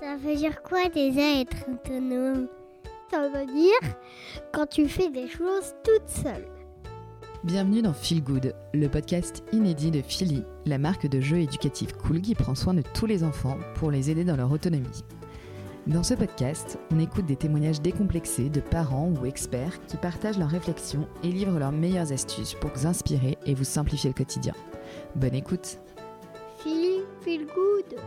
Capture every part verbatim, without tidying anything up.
Ça veut dire quoi déjà être autonome? Ça veut dire quand tu fais des choses toute seule. Bienvenue dans Feel Good, le podcast inédit de Philly, la marque de jeux éducatifs cool qui prend soin de tous les enfants pour les aider dans leur autonomie. Dans ce podcast, on écoute des témoignages décomplexés de parents ou experts qui partagent leurs réflexions et livrent leurs meilleures astuces pour vous inspirer et vous simplifier le quotidien. Bonne écoute. Philly, feel good.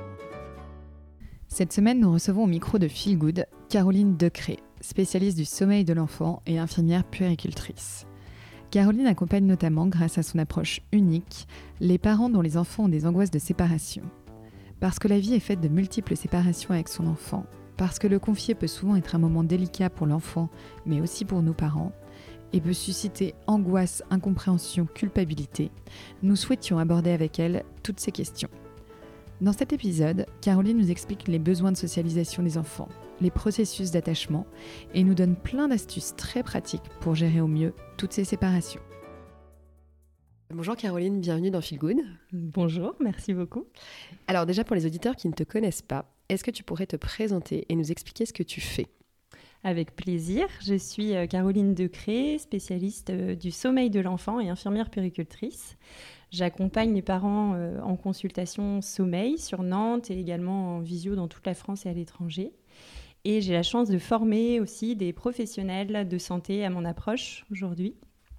Cette semaine, nous recevons au micro de Feel Good Caroline Decré, spécialiste du sommeil de l'enfant et infirmière puéricultrice. Caroline accompagne notamment, grâce à son approche unique, les parents dont les enfants ont des angoisses de séparation. Parce que la vie est faite de multiples séparations avec son enfant, parce que le confier peut souvent être un moment délicat pour l'enfant, mais aussi pour nos parents, et peut susciter angoisse, incompréhension, culpabilité, nous souhaitions aborder avec elle toutes ces questions. Dans cet épisode, Caroline nous explique les besoins de socialisation des enfants, les processus d'attachement, et nous donne plein d'astuces très pratiques pour gérer au mieux toutes ces séparations. Bonjour Caroline, bienvenue dans Feel Good. Bonjour, merci beaucoup. Alors déjà pour les auditeurs qui ne te connaissent pas, est-ce que tu pourrais te présenter et nous expliquer ce que tu fais ? Avec plaisir, je suis Caroline Decré, spécialiste du sommeil de l'enfant et infirmière puéricultrice. J'accompagne les parents en consultation sommeil sur Nantes et également en visio dans toute la France et à l'étranger. Et j'ai la chance de former aussi des professionnels de santé à mon approche aujourd'hui.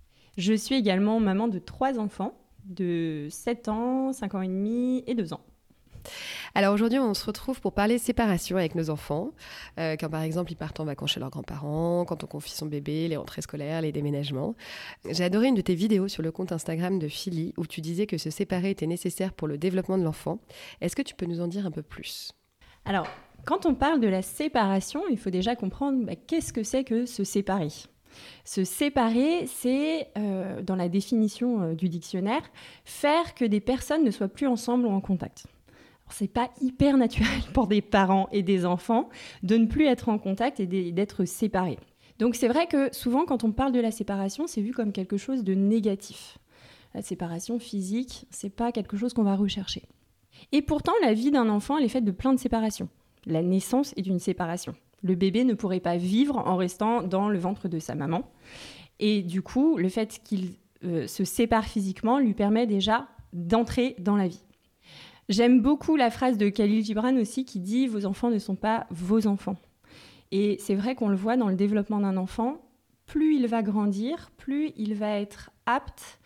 Je suis également maman de trois enfants, de sept ans, cinq ans et demi et deux ans. Alors aujourd'hui, on se retrouve pour parler séparation avec nos enfants, euh, quand par exemple ils partent en vacances chez leurs grands-parents, quand on confie son bébé, les rentrées scolaires, les déménagements. J'ai adoré une de tes vidéos sur le compte Instagram de Philly où tu disais que se séparer était nécessaire pour le développement de l'enfant. Est-ce que tu peux nous en dire un peu plus ? Alors, quand on parle de la séparation, il faut déjà comprendre bah, qu'est-ce que c'est que se séparer. Se séparer, c'est, euh, dans la définition euh, du dictionnaire, faire que des personnes ne soient plus ensemble ou en contact. Alors, c'est pas hyper naturel pour des parents et des enfants de ne plus être en contact et d'être séparés. Donc c'est vrai que souvent, quand on parle de la séparation, c'est vu comme quelque chose de négatif. La séparation physique, c'est pas quelque chose qu'on va rechercher. Et pourtant, la vie d'un enfant, elle est faite de plein de séparations. La naissance est une séparation. Le bébé ne pourrait pas vivre en restant dans le ventre de sa maman. Et du coup, le fait qu'il euh, se sépare physiquement lui permet déjà d'entrer dans la vie. J'aime beaucoup la phrase de Khalil Gibran aussi qui dit « Vos enfants ne sont pas vos enfants ». Et c'est vrai qu'on le voit dans le développement d'un enfant. Plus il va grandir, plus il va être apte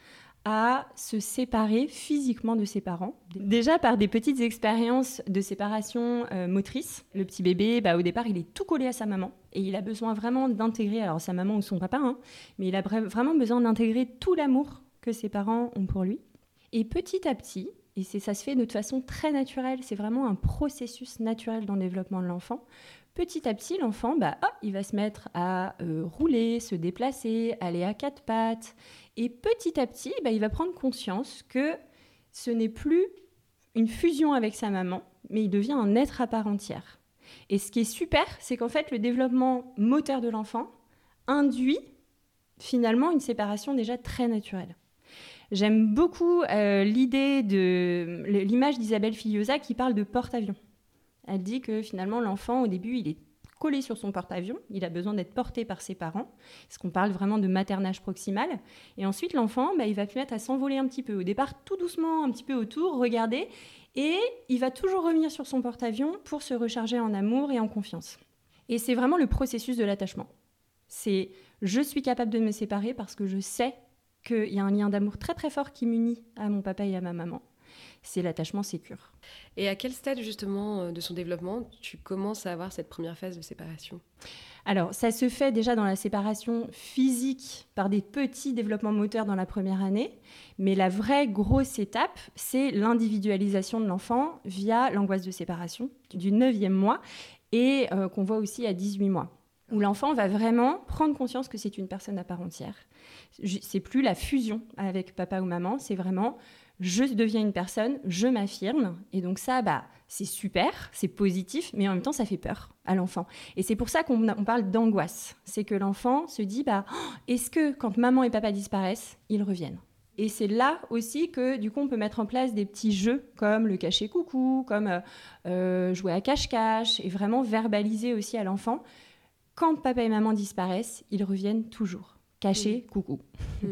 à se séparer physiquement de ses parents. Déjà par des petites expériences de séparation euh, motrice. Le petit bébé, bah, au départ, il est tout collé à sa maman et il a besoin vraiment d'intégrer, alors sa maman ou son papa, hein, mais il a vraiment besoin d'intégrer tout l'amour que ses parents ont pour lui. Et petit à petit, et c'est, ça se fait de toute façon très naturelle, c'est vraiment un processus naturel dans le développement de l'enfant. Petit à petit, l'enfant, bah, oh, il va se mettre à euh, rouler, se déplacer, aller à quatre pattes. Et petit à petit, bah, il va prendre conscience que ce n'est plus une fusion avec sa maman, mais il devient un être à part entière. Et ce qui est super, c'est qu'en fait, le développement moteur de l'enfant induit finalement une séparation déjà très naturelle. J'aime beaucoup euh, l'idée de l'image d'Isabelle Filiosa qui parle de porte-avions. Elle dit que finalement, l'enfant, au début, il est collé sur son porte-avions. Il a besoin d'être porté par ses parents. Parce qu'on parle vraiment de maternage proximal. Et ensuite, l'enfant, bah, il va se mettre à s'envoler un petit peu. Au départ, tout doucement, un petit peu autour, regarder. Et il va toujours revenir sur son porte-avions pour se recharger en amour et en confiance. Et c'est vraiment le processus de l'attachement. C'est « je suis capable de me séparer parce que je sais qu'il y a un lien d'amour très très fort qui m'unit à mon papa et à ma maman. » C'est l'attachement sécure. Et à quel stade justement de son développement tu commences à avoir cette première phase de séparation ? Alors, ça se fait déjà dans la séparation physique par des petits développements moteurs dans la première année, mais la vraie grosse étape, c'est l'individualisation de l'enfant via l'angoisse de séparation du neuvième mois et euh, qu'on voit aussi à dix-huit mois, où l'enfant va vraiment prendre conscience que c'est une personne à part entière. C'est plus la fusion avec papa ou maman, c'est vraiment je deviens une personne, je m'affirme. Et donc ça, bah, c'est super, c'est positif, mais en même temps, ça fait peur à l'enfant. Et c'est pour ça qu'on on parle d'angoisse. C'est que l'enfant se dit, bah, oh, est-ce que quand maman et papa disparaissent, ils reviennent ? Et c'est là aussi que, du coup, on peut mettre en place des petits jeux comme le cacher-coucou, comme euh, euh, jouer à cache-cache, et vraiment verbaliser aussi à l'enfant. Quand papa et maman disparaissent, ils reviennent toujours. Cacher, mmh. coucou. Mmh.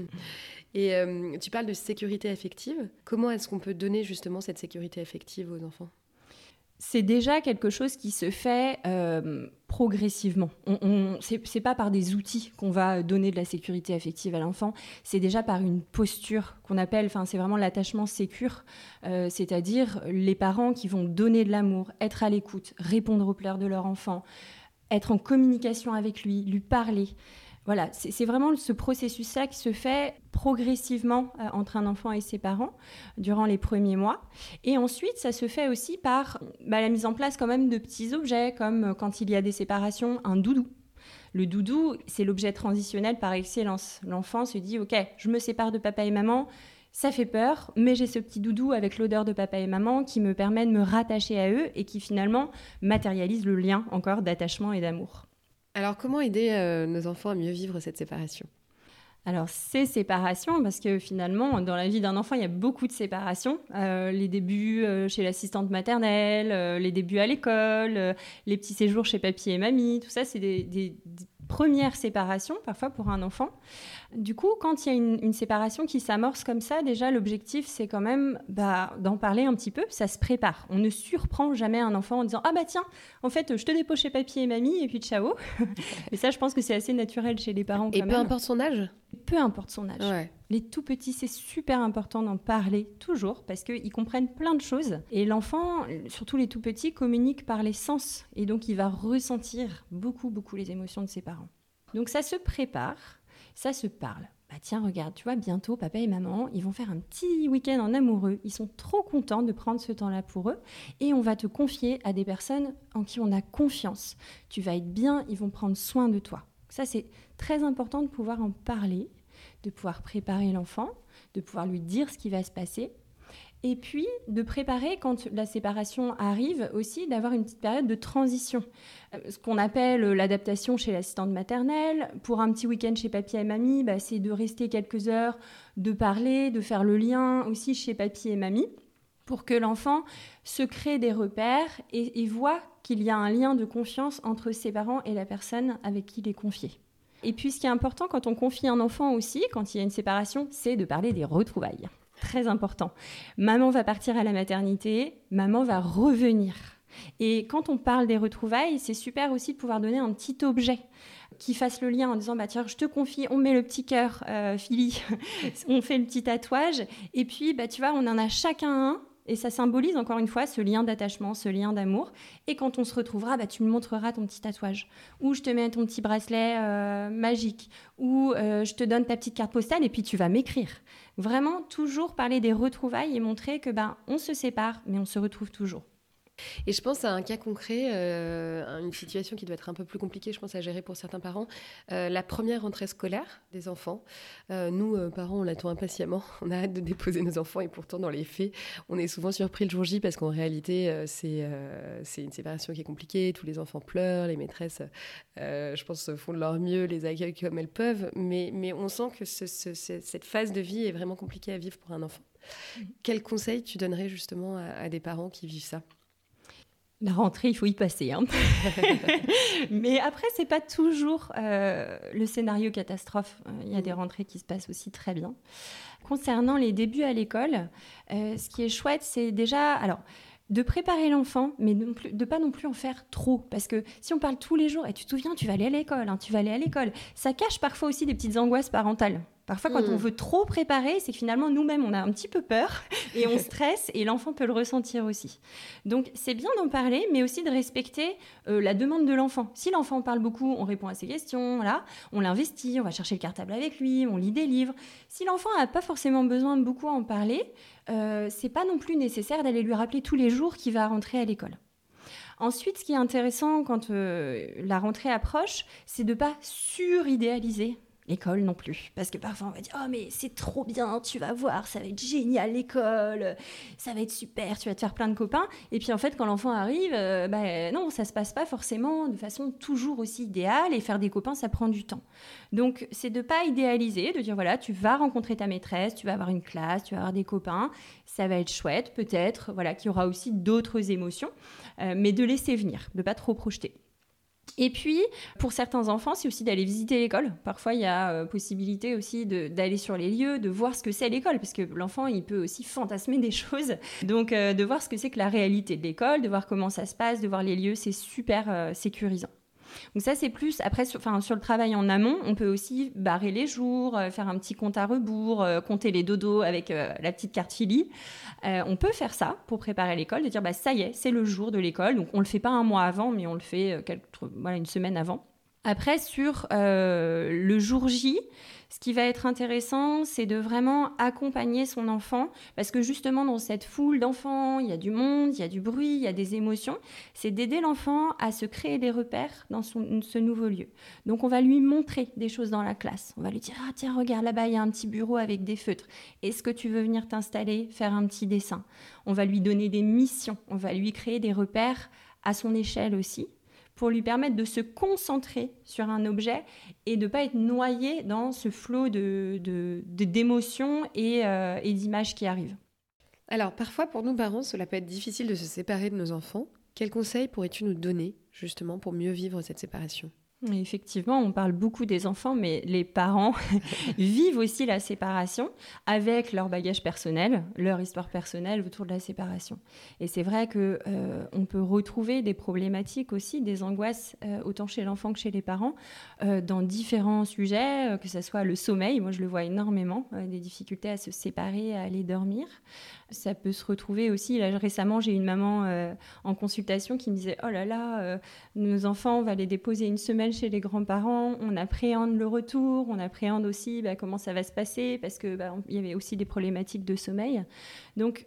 Et euh, tu parles de sécurité affective. Comment est-ce qu'on peut donner justement cette sécurité affective aux enfants ? C'est déjà quelque chose qui se fait euh, progressivement. On, on, c'est, c'est pas par des outils qu'on va donner de la sécurité affective à l'enfant, c'est déjà par une posture qu'on appelle, enfin c'est vraiment l'attachement sécure, euh, c'est-à-dire les parents qui vont donner de l'amour, être à l'écoute, répondre aux pleurs de leur enfant, être en communication avec lui, lui parler. Voilà, c'est, c'est vraiment ce processus-là qui se fait progressivement euh, entre un enfant et ses parents durant les premiers mois. Et ensuite, ça se fait aussi par bah, la mise en place quand même de petits objets, comme euh, quand il y a des séparations, un doudou. Le doudou, c'est l'objet transitionnel par excellence. L'enfant se dit « Ok, je me sépare de papa et maman ». Ça fait peur, mais j'ai ce petit doudou avec l'odeur de papa et maman qui me permet de me rattacher à eux et qui finalement matérialise le lien encore d'attachement et d'amour. Alors, comment aider euh, nos enfants à mieux vivre cette séparation ? Alors, ces séparations, parce que finalement, dans la vie d'un enfant, il y a beaucoup de séparations. Euh, les débuts euh, chez l'assistante maternelle, euh, les débuts à l'école, euh, les petits séjours chez papy et mamie, tout ça, c'est des, des, des premières séparations, parfois pour un enfant. Du coup, quand il y a une, une séparation qui s'amorce comme ça, déjà, l'objectif, c'est quand même bah, d'en parler un petit peu. Ça se prépare. On ne surprend jamais un enfant en disant « Ah bah tiens, en fait, je te dépose chez papy et mamie, et puis ciao !» Et ça, je pense que c'est assez naturel chez les parents. Et quand peu même. importe son âge ? Peu importe son âge. Ouais. Les tout petits, c'est super important d'en parler toujours parce qu'ils comprennent plein de choses. Et l'enfant, surtout les tout petits, communique par les sens. Et donc, il va ressentir beaucoup, beaucoup les émotions de ses parents. Donc, ça se prépare, ça se parle. Bah tiens, regarde, tu vois, bientôt, papa et maman, ils vont faire un petit week-end en amoureux. Ils sont trop contents de prendre ce temps-là pour eux. Et on va te confier à des personnes en qui on a confiance. Tu vas être bien, ils vont prendre soin de toi. Ça, c'est très important de pouvoir en parler, de pouvoir préparer l'enfant, de pouvoir lui dire ce qui va se passer. Et puis, de préparer, quand la séparation arrive, aussi d'avoir une petite période de transition. Ce qu'on appelle l'adaptation chez l'assistante maternelle. Pour un petit week-end chez papy et mamie, bah, c'est de rester quelques heures, de parler, de faire le lien aussi chez papy et mamie, pour que l'enfant se crée des repères et, et voit qu'il y a un lien de confiance entre ses parents et la personne avec qui il est confié. Et puis, ce qui est important quand on confie un enfant aussi, quand il y a une séparation, c'est de parler des retrouvailles. Très important. Maman va partir à la maternité, maman va revenir. Et quand on parle des retrouvailles, c'est super aussi de pouvoir donner un petit objet qui fasse le lien en disant bah tiens, je te confie, on met le petit cœur, euh, Philly, on fait le petit tatouage, et puis bah tu vois, on en a chacun un. Et ça symbolise encore une fois ce lien d'attachement, ce lien d'amour. Et quand on se retrouvera, bah, tu me montreras ton petit tatouage. Ou je te mets ton petit bracelet euh, magique. Ou euh, je te donne ta petite carte postale et puis tu vas m'écrire. Vraiment, toujours parler des retrouvailles et montrer que bah, on se sépare, mais on se retrouve toujours. Et je pense à un cas concret, euh, une situation qui doit être un peu plus compliquée, je pense, à gérer pour certains parents. Euh, la première rentrée scolaire des enfants. Euh, nous, euh, parents, on l'attend impatiemment. On a hâte de déposer nos enfants et pourtant, dans les faits, on est souvent surpris le jour J parce qu'en réalité, euh, c'est, euh, c'est une séparation qui est compliquée. Tous les enfants pleurent, les maîtresses, euh, je pense, font de leur mieux, les accueillent comme elles peuvent. Mais, mais on sent que ce, ce, ce, cette phase de vie est vraiment compliquée à vivre pour un enfant. Mmh. Quels conseils tu donnerais justement à, à des parents qui vivent ça ? La rentrée, il faut y passer. Hein. Mais après, ce n'est pas toujours euh, le scénario catastrophe. Il y a des rentrées qui se passent aussi très bien. Concernant les débuts à l'école, euh, ce qui est chouette, c'est déjà... Alors, de préparer l'enfant, mais de ne pas non plus en faire trop. Parce que si on parle tous les jours, et tu te souviens, tu vas aller à l'école, hein, tu vas aller à l'école, ça cache parfois aussi des petites angoisses parentales. Parfois, quand mmh. on veut trop préparer, c'est que finalement, nous-mêmes, on a un petit peu peur et on stresse et l'enfant peut le ressentir aussi. Donc, c'est bien d'en parler, mais aussi de respecter euh, la demande de l'enfant. Si l'enfant parle beaucoup, on répond à ses questions, voilà, on l'investit, on va chercher le cartable avec lui, on lit des livres. Si l'enfant n'a pas forcément besoin de beaucoup en parler, euh, c'est pas non plus nécessaire d'aller lui rappeler tous les jours qu'il va rentrer à l'école. Ensuite, ce qui est intéressant quand euh, la rentrée approche, c'est de ne pas suridéaliser l'école non plus. Parce que parfois, on va dire « Oh, mais c'est trop bien, tu vas voir, ça va être génial l'école, ça va être super, tu vas te faire plein de copains. » Et puis en fait, quand l'enfant arrive, euh, bah, non, ça ne se passe pas forcément de façon toujours aussi idéale. Et faire des copains, ça prend du temps. Donc, c'est de ne pas idéaliser, de dire « Voilà, tu vas rencontrer ta maîtresse, tu vas avoir une classe, tu vas avoir des copains. Ça va être chouette, peut-être, voilà, qu'il y aura aussi d'autres émotions. Euh, mais de laisser venir, de ne pas trop projeter. » Et puis, pour certains enfants, c'est aussi d'aller visiter l'école. Parfois, il y a euh, possibilité aussi de, d'aller sur les lieux, de voir ce que c'est l'école, parce que l'enfant, il peut aussi fantasmer des choses. Donc, euh, de voir ce que c'est que la réalité de l'école, de voir comment ça se passe, de voir les lieux, c'est super euh, sécurisant. Donc ça, c'est plus... Après, sur, enfin, sur le travail en amont, on peut aussi barrer les jours, euh, faire un petit compte à rebours, euh, compter les dodos avec euh, la petite carte Philly. Euh, on peut faire ça pour préparer l'école, de dire bah, ça y est, c'est le jour de l'école. Donc on ne le fait pas un mois avant, mais on le fait euh, quelques, voilà, une semaine avant. Après, sur euh, le jour J, ce qui va être intéressant, c'est de vraiment accompagner son enfant, parce que justement, dans cette foule d'enfants, il y a du monde, il y a du bruit, il y a des émotions. C'est d'aider l'enfant à se créer des repères dans son, ce nouveau lieu. Donc, on va lui montrer des choses dans la classe. On va lui dire « Ah tiens, regarde, là-bas, il y a un petit bureau avec des feutres. Est-ce que tu veux venir t'installer, faire un petit dessin ?» On va lui donner des missions. On va lui créer des repères à son échelle aussi, pour lui permettre de se concentrer sur un objet et de ne pas être noyé dans ce flot de, de, de, d'émotions et, euh, et d'images qui arrivent. Alors, parfois, pour nous parents, cela peut être difficile de se séparer de nos enfants. Quels conseils pourrais-tu nous donner, justement, pour mieux vivre cette séparation ? Effectivement, on parle beaucoup des enfants, mais les parents vivent aussi la séparation avec leur bagage personnel, leur histoire personnelle autour de la séparation. Et c'est vrai qu'on euh, peut retrouver des problématiques aussi, des angoisses, euh, autant chez l'enfant que chez les parents, euh, dans différents sujets, euh, que ce soit le sommeil, moi je le vois énormément, euh, des difficultés à se séparer, à aller dormir. Ça peut se retrouver aussi, là récemment j'ai une maman euh, en consultation qui me disait « Oh là là, euh, nos enfants, on va les déposer une semaine chez les grands-parents, on appréhende le retour, on appréhende aussi bah, comment ça va se passer, parce qu'il bah, y avait aussi des problématiques de sommeil. » Donc,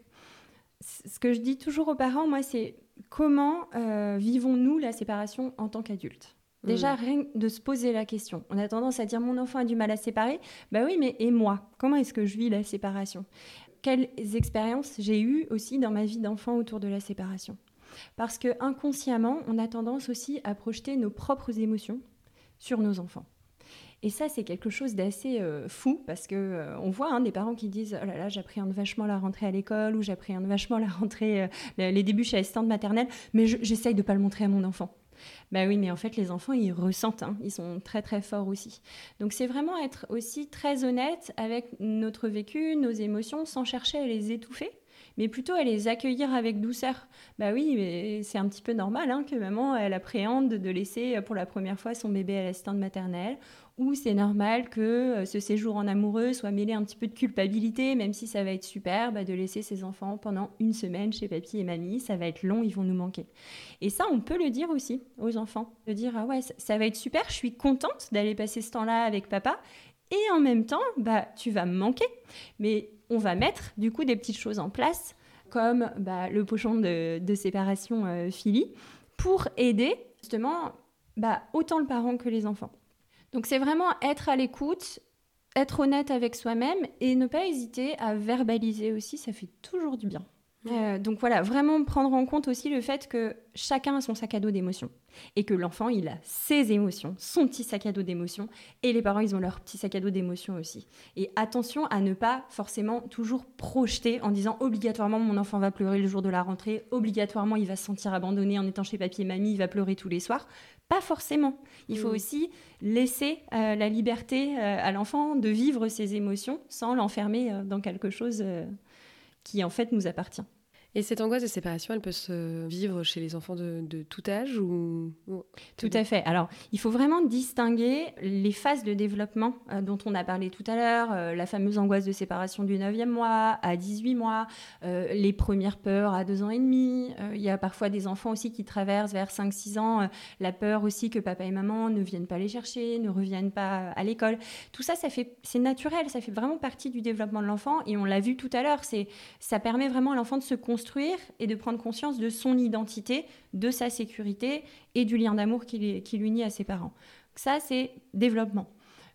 ce que je dis toujours aux parents, moi, c'est comment euh, vivons-nous la séparation en tant qu'adultes ? Déjà, mmh. rien de se poser la question. On a tendance à dire « Mon enfant a du mal à se séparer. » Bah oui, mais et moi ? Comment est-ce que je vis la séparation ? Quelles expériences j'ai eues aussi dans ma vie d'enfant autour de la séparation ? Parce qu'inconsciemment, on a tendance aussi à projeter nos propres émotions sur nos enfants. Et ça, c'est quelque chose d'assez euh, fou, parce qu'on euh, voit hein, des parents qui disent « Oh là là, j'appréhende vachement la rentrée à l'école » ou « J'appréhende vachement la rentrée, euh, les débuts chez l'assistante maternelle, mais je, j'essaye de ne pas le montrer à mon enfant. » Ben oui, mais en fait, les enfants, ils ressentent, hein, ils sont très très forts aussi. Donc c'est vraiment être aussi très honnête avec notre vécu, nos émotions, sans chercher à les étouffer, mais plutôt à les accueillir avec douceur. Bah oui, mais c'est un petit peu normal hein, que maman, elle appréhende de laisser pour la première fois son bébé à l'assistante maternelle, ou c'est normal que ce séjour en amoureux soit mêlé un petit peu de culpabilité, même si ça va être super, bah de laisser ses enfants pendant une semaine chez papy et mamie, ça va être long, ils vont nous manquer. Et ça, on peut le dire aussi aux enfants, de dire « Ah ouais, ça va être super, je suis contente d'aller passer ce temps-là avec papa, et en même temps, bah, tu vas me manquer. » Mais on va mettre du coup des petites choses en place, comme bah, le pochon de, de séparation euh, Philly, pour aider justement bah, autant le parent que les enfants. Donc c'est vraiment être à l'écoute, être honnête avec soi-même et ne pas hésiter à verbaliser aussi, ça fait toujours du bien. Euh, donc voilà, vraiment prendre en compte aussi le fait que chacun a son sac à dos d'émotions et que l'enfant, il a ses émotions, son petit sac à dos d'émotions, et les parents, ils ont leur petit sac à dos d'émotions aussi. Et attention à ne pas forcément toujours projeter en disant obligatoirement mon enfant va pleurer le jour de la rentrée, obligatoirement il va se sentir abandonné en étant chez papy et mamie, il va pleurer tous les soirs. Pas forcément. Il faut mmh. aussi laisser euh, la liberté euh, à l'enfant de vivre ses émotions sans l'enfermer euh, dans quelque chose euh, qui en fait nous appartient. Et cette angoisse de séparation, elle peut se vivre chez les enfants de, de tout âge ou... Tout à fait. Alors, il faut vraiment distinguer les phases de développement euh, dont on a parlé tout à l'heure, euh, la fameuse angoisse de séparation du neuvième mois à dix-huit mois, euh, les premières peurs à deux ans et demi. Euh, il y a parfois des enfants aussi qui traversent vers cinq six ans, euh, la peur aussi que papa et maman ne viennent pas les chercher, ne reviennent pas à l'école. Tout ça, ça fait, c'est naturel, ça fait vraiment partie du développement de l'enfant et on l'a vu tout à l'heure, c'est, ça permet vraiment à l'enfant de se construire et de prendre conscience de son identité, de sa sécurité et du lien d'amour qui, qui l'unit à ses parents. Ça, c'est développement.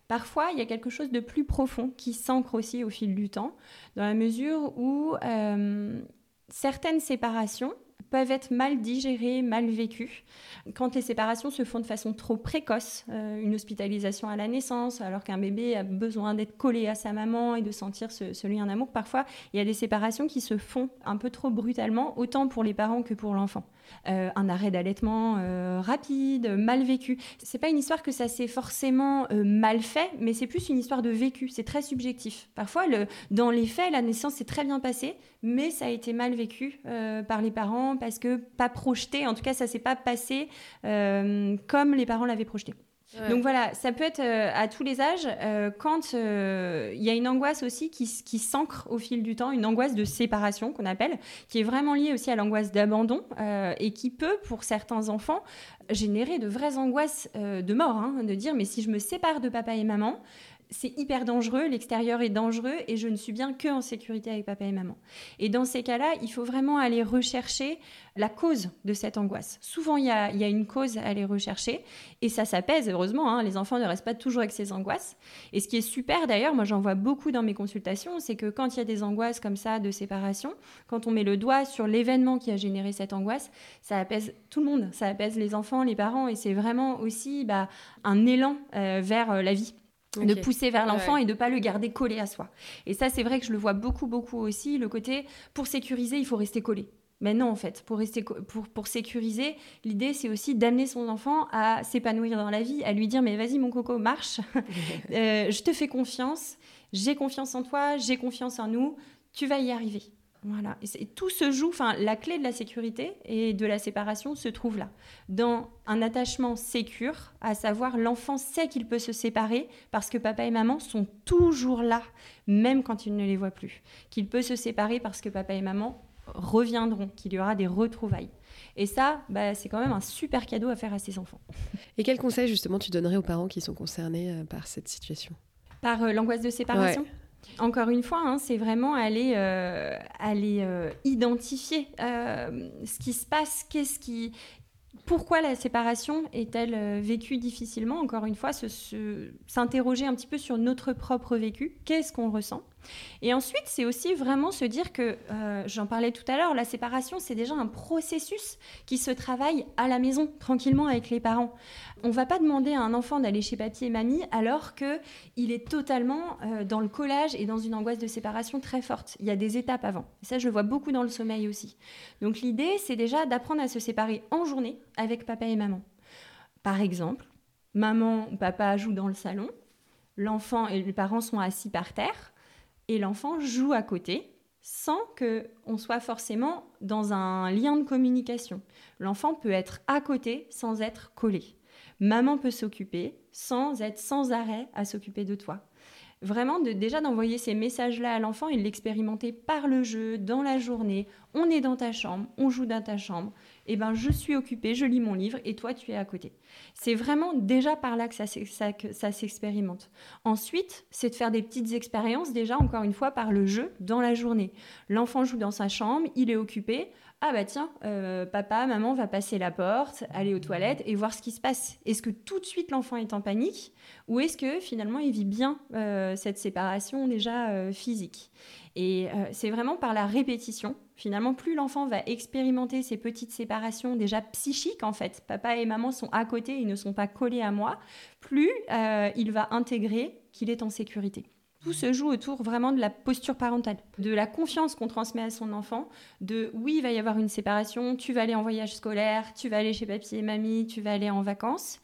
Parfois, il y a quelque chose de plus profond qui s'ancre aussi au fil du temps, dans la mesure où euh, certaines séparations peuvent être mal digérées, mal vécues. Quand les séparations se font de façon trop précoce, euh, une hospitalisation à la naissance, alors qu'un bébé a besoin d'être collé à sa maman et de sentir ce, ce lien d'amour, parfois il y a des séparations qui se font un peu trop brutalement, autant pour les parents que pour l'enfant. Euh, un arrêt d'allaitement euh, rapide, mal vécu. C'est pas une histoire que ça s'est forcément euh, mal fait, mais c'est plus une histoire de vécu. C'est très subjectif. Parfois, le, dans les faits, la naissance s'est très bien passée, mais ça a été mal vécu euh, par les parents parce que pas projeté. En tout cas, ça s'est pas passé euh, comme les parents l'avaient projeté. Ouais. Donc voilà, ça peut être euh, à tous les âges. Euh, quand il euh, y a une angoisse aussi qui, qui s'ancre au fil du temps, une angoisse de séparation qu'on appelle, qui est vraiment liée aussi à l'angoisse d'abandon euh, et qui peut, pour certains enfants, générer de vraies angoisses euh, de mort, hein, de dire mais si je me sépare de papa et maman, c'est hyper dangereux, l'extérieur est dangereux et je ne suis bien que en sécurité avec papa et maman. Et dans ces cas-là, il faut vraiment aller rechercher la cause de cette angoisse. Souvent, il y a, il y a une cause à aller rechercher et ça s'apaise, heureusement. Hein, les enfants ne restent pas toujours avec ces angoisses. Et ce qui est super d'ailleurs, moi j'en vois beaucoup dans mes consultations, c'est que quand il y a des angoisses comme ça de séparation, quand on met le doigt sur l'événement qui a généré cette angoisse, ça apaise tout le monde, ça apaise les enfants, les parents et c'est vraiment aussi bah, un élan euh, vers euh, la vie. Okay. De pousser vers l'enfant ouais. et de ne pas le garder collé à soi. Et ça, c'est vrai que je le vois beaucoup, beaucoup aussi. Le côté, pour sécuriser, il faut rester collé. Mais non, en fait, pour, rester co- pour, pour sécuriser, l'idée, c'est aussi d'amener son enfant à s'épanouir dans la vie, à lui dire, mais vas-y, mon coco, marche. euh, je te fais confiance. J'ai confiance en toi. J'ai confiance en nous. Tu vas y arriver. Voilà. Et c'est, tout se joue, enfin, la clé de la sécurité et de la séparation se trouve là, dans un attachement sécure, à savoir l'enfant sait qu'il peut se séparer parce que papa et maman sont toujours là, même quand il ne les voit plus. Qu'il peut se séparer parce que papa et maman reviendront, qu'il y aura des retrouvailles. Et ça, bah, c'est quand même un super cadeau à faire à ses enfants. Et quels conseils, justement, tu donnerais aux parents qui sont concernés euh, par cette situation ? Par euh, l'angoisse de séparation ? Ouais. Encore une fois, hein, c'est vraiment aller, euh, aller euh, identifier euh, ce qui se passe, qu'est-ce qui... Pourquoi la séparation est-elle euh, vécue difficilement ? Encore une fois, se, se, s'interroger un petit peu sur notre propre vécu, qu'est-ce qu'on ressent ? Et ensuite, c'est aussi vraiment se dire que, euh, j'en parlais tout à l'heure, la séparation, c'est déjà un processus qui se travaille à la maison, tranquillement avec les parents. On ne va pas demander à un enfant d'aller chez papy et mamie alors qu'il est totalement euh, dans le collage et dans une angoisse de séparation très forte. Il y a des étapes avant. Et ça, je le vois beaucoup dans le sommeil aussi. Donc l'idée, c'est déjà d'apprendre à se séparer en journée avec papa et maman. Par exemple, maman ou papa jouent dans le salon, l'enfant et les parents sont assis par terre, et l'enfant joue à côté sans qu'on soit forcément dans un lien de communication. L'enfant peut être à côté sans être collé. Maman peut s'occuper sans être sans arrêt à s'occuper de toi. Vraiment, de, déjà d'envoyer ces messages-là à l'enfant et de l'expérimenter par le jeu, dans la journée. On est dans ta chambre, on joue dans ta chambre. Eh ben, je suis occupée, je lis mon livre et toi, tu es à côté. C'est vraiment déjà par là que ça, ça, que ça s'expérimente. Ensuite, c'est de faire des petites expériences, déjà, encore une fois, par le jeu, dans la journée. L'enfant joue dans sa chambre, il est occupé. Ah bah tiens, euh, papa, maman va passer la porte, aller aux toilettes et voir ce qui se passe. Est-ce que tout de suite l'enfant est en panique ou est-ce que finalement il vit bien euh, cette séparation déjà euh, physique ? Et euh, c'est vraiment par la répétition. Finalement, plus l'enfant va expérimenter ces petites séparations déjà psychiques en fait, papa et maman sont à côté, ils ne sont pas collés à moi, plus euh, il va intégrer qu'il est en sécurité. Tout se joue autour vraiment de la posture parentale, de la confiance qu'on transmet à son enfant, de oui, il va y avoir une séparation, tu vas aller en voyage scolaire, tu vas aller chez papy et mamie, tu vas aller en vacances.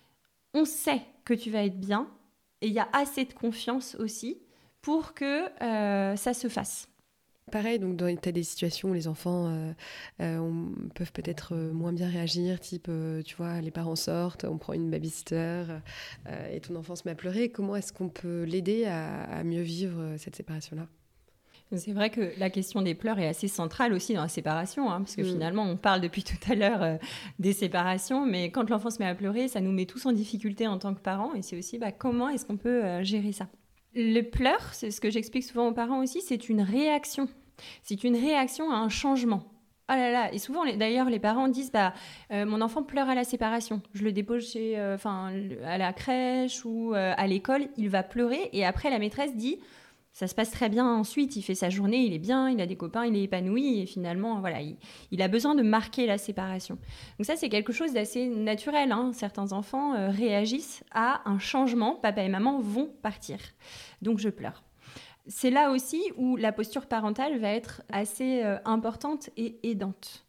On sait que tu vas être bien et il y a assez de confiance aussi pour que euh, ça se fasse. Pareil, donc dans tu as des situations où les enfants euh, euh, on, peuvent peut-être moins bien réagir, type, euh, tu vois, les parents sortent, on prend une babysitter euh, et ton enfant se met à pleurer. Comment est-ce qu'on peut l'aider à, à mieux vivre cette séparation-là ? C'est vrai que la question des pleurs est assez centrale aussi dans la séparation, hein, parce que mmh. finalement, on parle depuis tout à l'heure euh, des séparations, mais quand l'enfant se met à pleurer, ça nous met tous en difficulté en tant que parents, et c'est aussi bah, comment est-ce qu'on peut euh, gérer ça ? Le pleur, c'est ce que j'explique souvent aux parents aussi, c'est une réaction. C'est une réaction à un changement. Oh là là, et souvent, les, d'ailleurs, les parents disent bah, euh, mon enfant pleure à la séparation. Je le dépose chez, euh, à la crèche ou euh, à l'école, il va pleurer. Et après, la maîtresse dit ça se passe très bien ensuite, il fait sa journée, il est bien, il a des copains, il est épanoui. Et finalement, voilà, il, il a besoin de marquer la séparation. Donc ça, c'est quelque chose d'assez naturel. Hein. Certains enfants euh, réagissent à un changement. Papa et maman vont partir. Donc je pleure. C'est là aussi où la posture parentale va être assez euh, importante et aidante.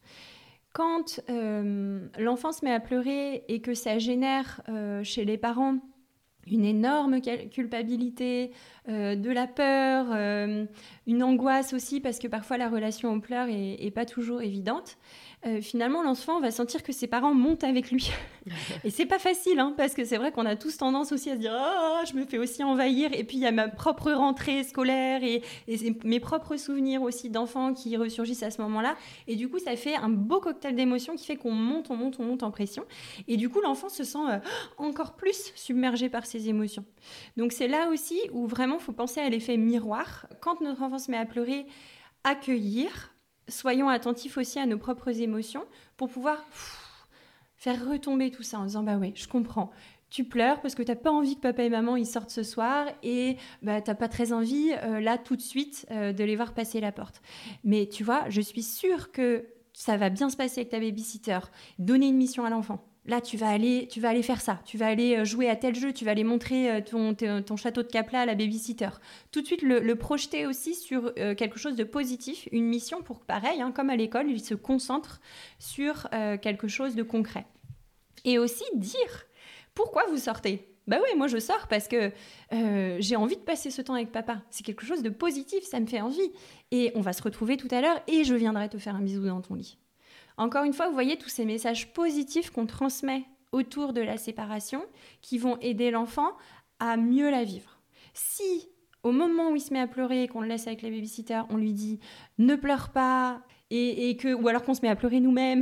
Quand euh, l'enfant se met à pleurer et que ça génère euh, chez les parents une énorme culpabilité, euh, de la peur, euh, une angoisse aussi, parce que parfois la relation aux pleurs est, est pas toujours évidente, euh, finalement l'enfant va sentir que ses parents montent avec lui. Et c'est pas facile, hein, parce que c'est vrai qu'on a tous tendance aussi à se dire « Ah, oh, je me fais aussi envahir », et puis il y a ma propre rentrée scolaire et, et mes propres souvenirs aussi d'enfants qui ressurgissent à ce moment-là. Et du coup, ça fait un beau cocktail d'émotions qui fait qu'on monte, on monte, on monte en pression. Et du coup, l'enfant se sent euh, encore plus submergé par ses émotions. Donc c'est là aussi où vraiment il faut penser à l'effet miroir. Quand notre enfant se met à pleurer, accueillir, soyons attentifs aussi à nos propres émotions pour pouvoir pff, faire retomber tout ça en disant « bah ouais, je comprends ». Tu pleures parce que tu n'as pas envie que papa et maman ils sortent ce soir et bah, tu n'as pas très envie, euh, là, tout de suite, euh, de les voir passer la porte. Mais tu vois, je suis sûre que ça va bien se passer avec ta babysitter. Donner une mission à l'enfant. Là, tu vas aller, tu vas aller faire ça. Tu vas aller jouer à tel jeu. Tu vas aller montrer ton, ton château de Capla à la babysitter. Tout de suite, le, le projeter aussi sur euh, quelque chose de positif, une mission pour que, pareil, hein, comme à l'école, il se concentre sur euh, quelque chose de concret. Et aussi dire pourquoi vous sortez. Bah oui, moi je sors parce que euh, j'ai envie de passer ce temps avec papa. C'est quelque chose de positif, ça me fait envie. Et on va se retrouver tout à l'heure et je viendrai te faire un bisou dans ton lit. Encore une fois, vous voyez tous ces messages positifs qu'on transmet autour de la séparation qui vont aider l'enfant à mieux la vivre. Si, au moment où il se met à pleurer et qu'on le laisse avec la babysitter, on lui dit « ne pleure pas », et, et que, ou alors qu'on se met à pleurer nous-mêmes,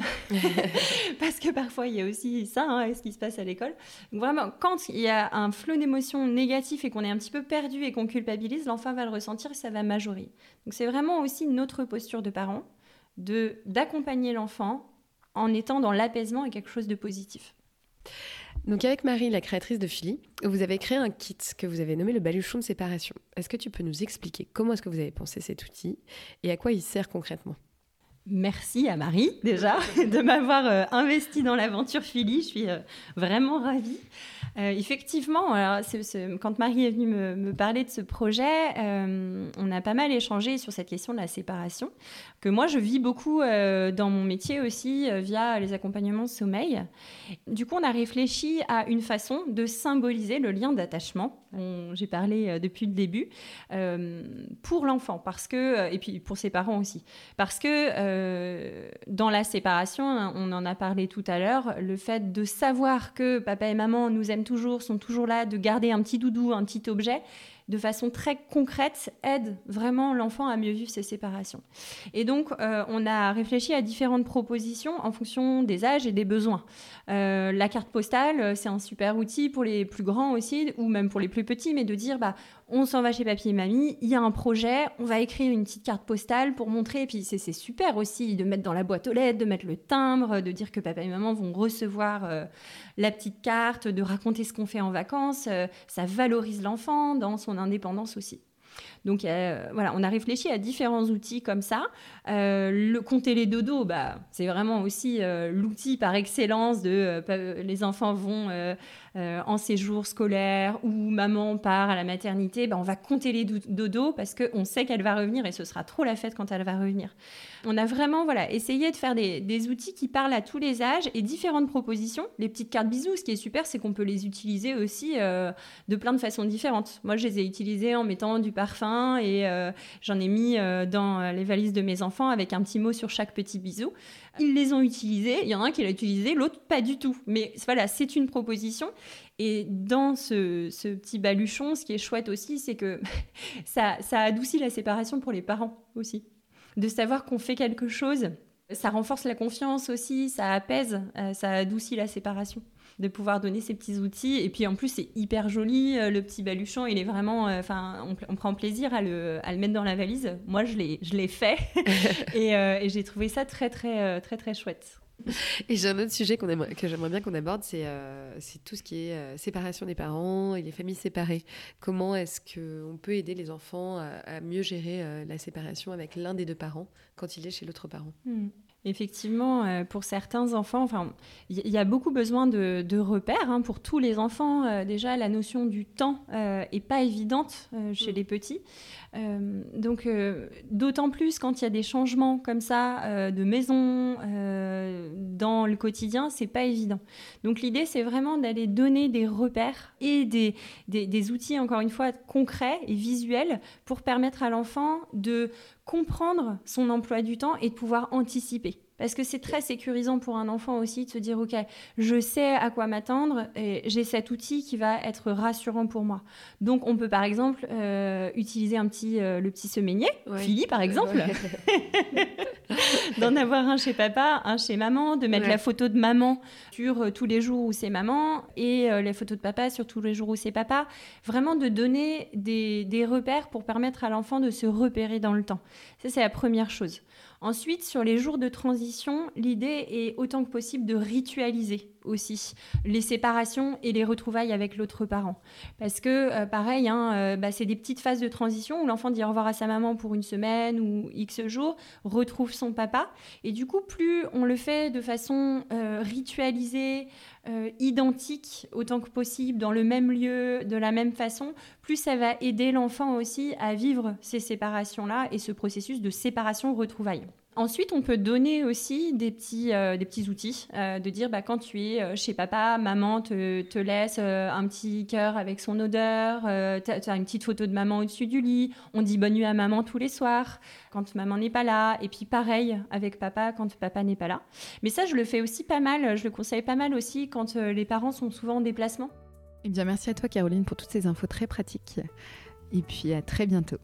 parce que parfois il y a aussi ça, hein, ce qui se passe à l'école. Donc vraiment, quand il y a un flot d'émotions négatives et qu'on est un petit peu perdu et qu'on culpabilise, l'enfant va le ressentir et ça va majorer. Donc c'est vraiment aussi notre posture de parents, de, d'accompagner l'enfant en étant dans l'apaisement et quelque chose de positif. Donc avec Marie, la créatrice de Philly, vous avez créé un kit que vous avez nommé le baluchon de séparation. Est-ce que tu peux nous expliquer comment est-ce que vous avez pensé cet outil et à quoi il sert concrètement ? Merci à Marie, déjà, de m'avoir euh, investi dans l'aventure Philly. Je suis euh, vraiment ravie. Euh, effectivement, alors, c'est, c'est, quand Marie est venue me, me parler de ce projet, euh, on a pas mal échangé sur cette question de la séparation, que moi, je vis beaucoup euh, dans mon métier aussi, euh, via les accompagnements sommeil. Du coup, on a réfléchi à une façon de symboliser le lien d'attachement, dont j'ai parlé euh, depuis le début, euh, pour l'enfant, parce que, et puis pour ses parents aussi, parce que euh, Euh, dans la séparation, on en a parlé tout à l'heure, le fait de savoir que papa et maman nous aiment toujours, sont toujours là, de garder un petit doudou, un petit objet, de façon très concrète, aide vraiment l'enfant à mieux vivre ses séparations. Et donc, euh, on a réfléchi à différentes propositions en fonction des âges et des besoins. Euh, la carte postale, c'est un super outil pour les plus grands aussi, ou même pour les plus petits, mais de dire, bah, on s'en va chez papy et mamie, il y a un projet, on va écrire une petite carte postale pour montrer, et puis c'est, c'est super aussi de mettre dans la boîte aux lettres, de mettre le timbre, de dire que papa et maman vont recevoir euh, la petite carte, de raconter ce qu'on fait en vacances, euh, ça valorise l'enfant dans son indépendance aussi. Donc euh, voilà, on a réfléchi à différents outils comme ça. Euh, le compter les dodos, bah, c'est vraiment aussi euh, l'outil par excellence de euh, les enfants vont euh, euh, en séjour scolaire ou maman part à la maternité, bah, on va compter les do- dodos parce qu'on sait qu'elle va revenir et ce sera trop la fête quand elle va revenir. On a vraiment voilà, essayé de faire des, des outils qui parlent à tous les âges et différentes propositions. Les petites cartes bisous, ce qui est super, c'est qu'on peut les utiliser aussi euh, de plein de façons différentes. Moi, je les ai utilisées en mettant du parfum et euh, j'en ai mis euh, dans les valises de mes enfants avec un petit mot sur chaque petit bisou. Ils les ont utilisés, il y en a un qui l'a utilisé, l'autre pas du tout. Mais voilà, c'est une proposition. Et dans ce, ce petit baluchon, ce qui est chouette aussi, c'est que ça, ça adoucit la séparation pour les parents aussi. De savoir qu'on fait quelque chose Ça renforce la confiance aussi, ça apaise, euh, ça adoucit la séparation, de pouvoir donner ces petits outils. Et puis en plus, c'est hyper joli, euh, le petit baluchon, il est vraiment... Enfin, euh, on, on prend plaisir à le, à le mettre dans la valise. Moi, je l'ai, je l'ai fait et, euh, et j'ai trouvé ça très, très, euh, très, très chouette. Et j'ai un autre sujet qu'on aimerait, que j'aimerais bien qu'on aborde, c'est, euh, c'est tout ce qui est euh, séparation des parents et les familles séparées. Comment est-ce qu'on peut aider les enfants à, à mieux gérer euh, la séparation avec l'un des deux parents quand il est chez l'autre parent ? Mmh. Effectivement, euh, pour certains enfants, enfin, il y, y a beaucoup besoin de, de repères hein, pour tous les enfants. Euh, déjà, la notion du temps euh, est pas évidente euh, chez mmh. les petits. Euh, donc, euh, d'autant plus quand il y a des changements comme ça euh, de maison euh, dans le quotidien, c'est pas évident. Donc, l'idée, c'est vraiment d'aller donner des repères et des, des, des outils, encore une fois, concrets et visuels pour permettre à l'enfant de comprendre son emploi du temps et de pouvoir anticiper. Parce que c'est très sécurisant pour un enfant aussi de se dire « Ok, je sais à quoi m'attendre et j'ai cet outil qui va être rassurant pour moi. » Donc, on peut par exemple euh, utiliser un petit, euh, le petit semainier, ouais. Philly par exemple, ouais. d'en avoir un chez papa, un chez maman, de mettre ouais. la photo de maman sur euh, tous les jours où c'est maman et euh, les photos de papa sur tous les jours où c'est papa. Vraiment de donner des, des repères pour permettre à l'enfant de se repérer dans le temps. Ça, c'est la première chose. Ensuite, sur les jours de transition, l'idée est autant que possible de ritualiser aussi les séparations et les retrouvailles avec l'autre parent. Parce que, euh, pareil, hein, euh, bah, c'est des petites phases de transition où l'enfant dit au revoir à sa maman pour une semaine ou X jours, retrouve son papa. Et du coup, plus on le fait de façon euh, ritualisée, euh, identique autant que possible, dans le même lieu, de la même façon, plus ça va aider l'enfant aussi à vivre ces séparations-là et ce processus de séparation-retrouvailles. Ensuite, on peut donner aussi des petits, euh, des petits outils, euh, de dire bah, quand tu es chez papa, maman te, te laisse euh, un petit cœur avec son odeur, euh, tu as une petite photo de maman au-dessus du lit, on dit bonne nuit à maman tous les soirs quand maman n'est pas là, et puis pareil avec papa quand papa n'est pas là. Mais ça, je le fais aussi pas mal, je le conseille pas mal aussi quand euh, les parents sont souvent en déplacement. Eh bien, merci à toi Caroline pour toutes ces infos très pratiques, et puis à très bientôt.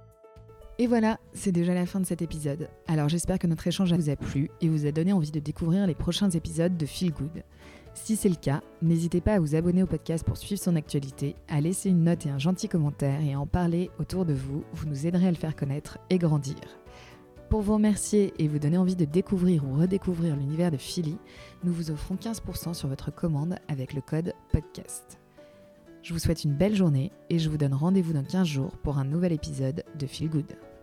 Et voilà, c'est déjà la fin de cet épisode. Alors j'espère que notre échange vous a plu et vous a donné envie de découvrir les prochains épisodes de Feel Good. Si c'est le cas, n'hésitez pas à vous abonner au podcast pour suivre son actualité, à laisser une note et un gentil commentaire et à en parler autour de vous, vous nous aiderez à le faire connaître et grandir. Pour vous remercier et vous donner envie de découvrir ou redécouvrir l'univers de Philly, nous vous offrons quinze pour cent sur votre commande avec le code podcast. Je vous souhaite une belle journée et je vous donne rendez-vous dans quinze jours pour un nouvel épisode de Feel Good.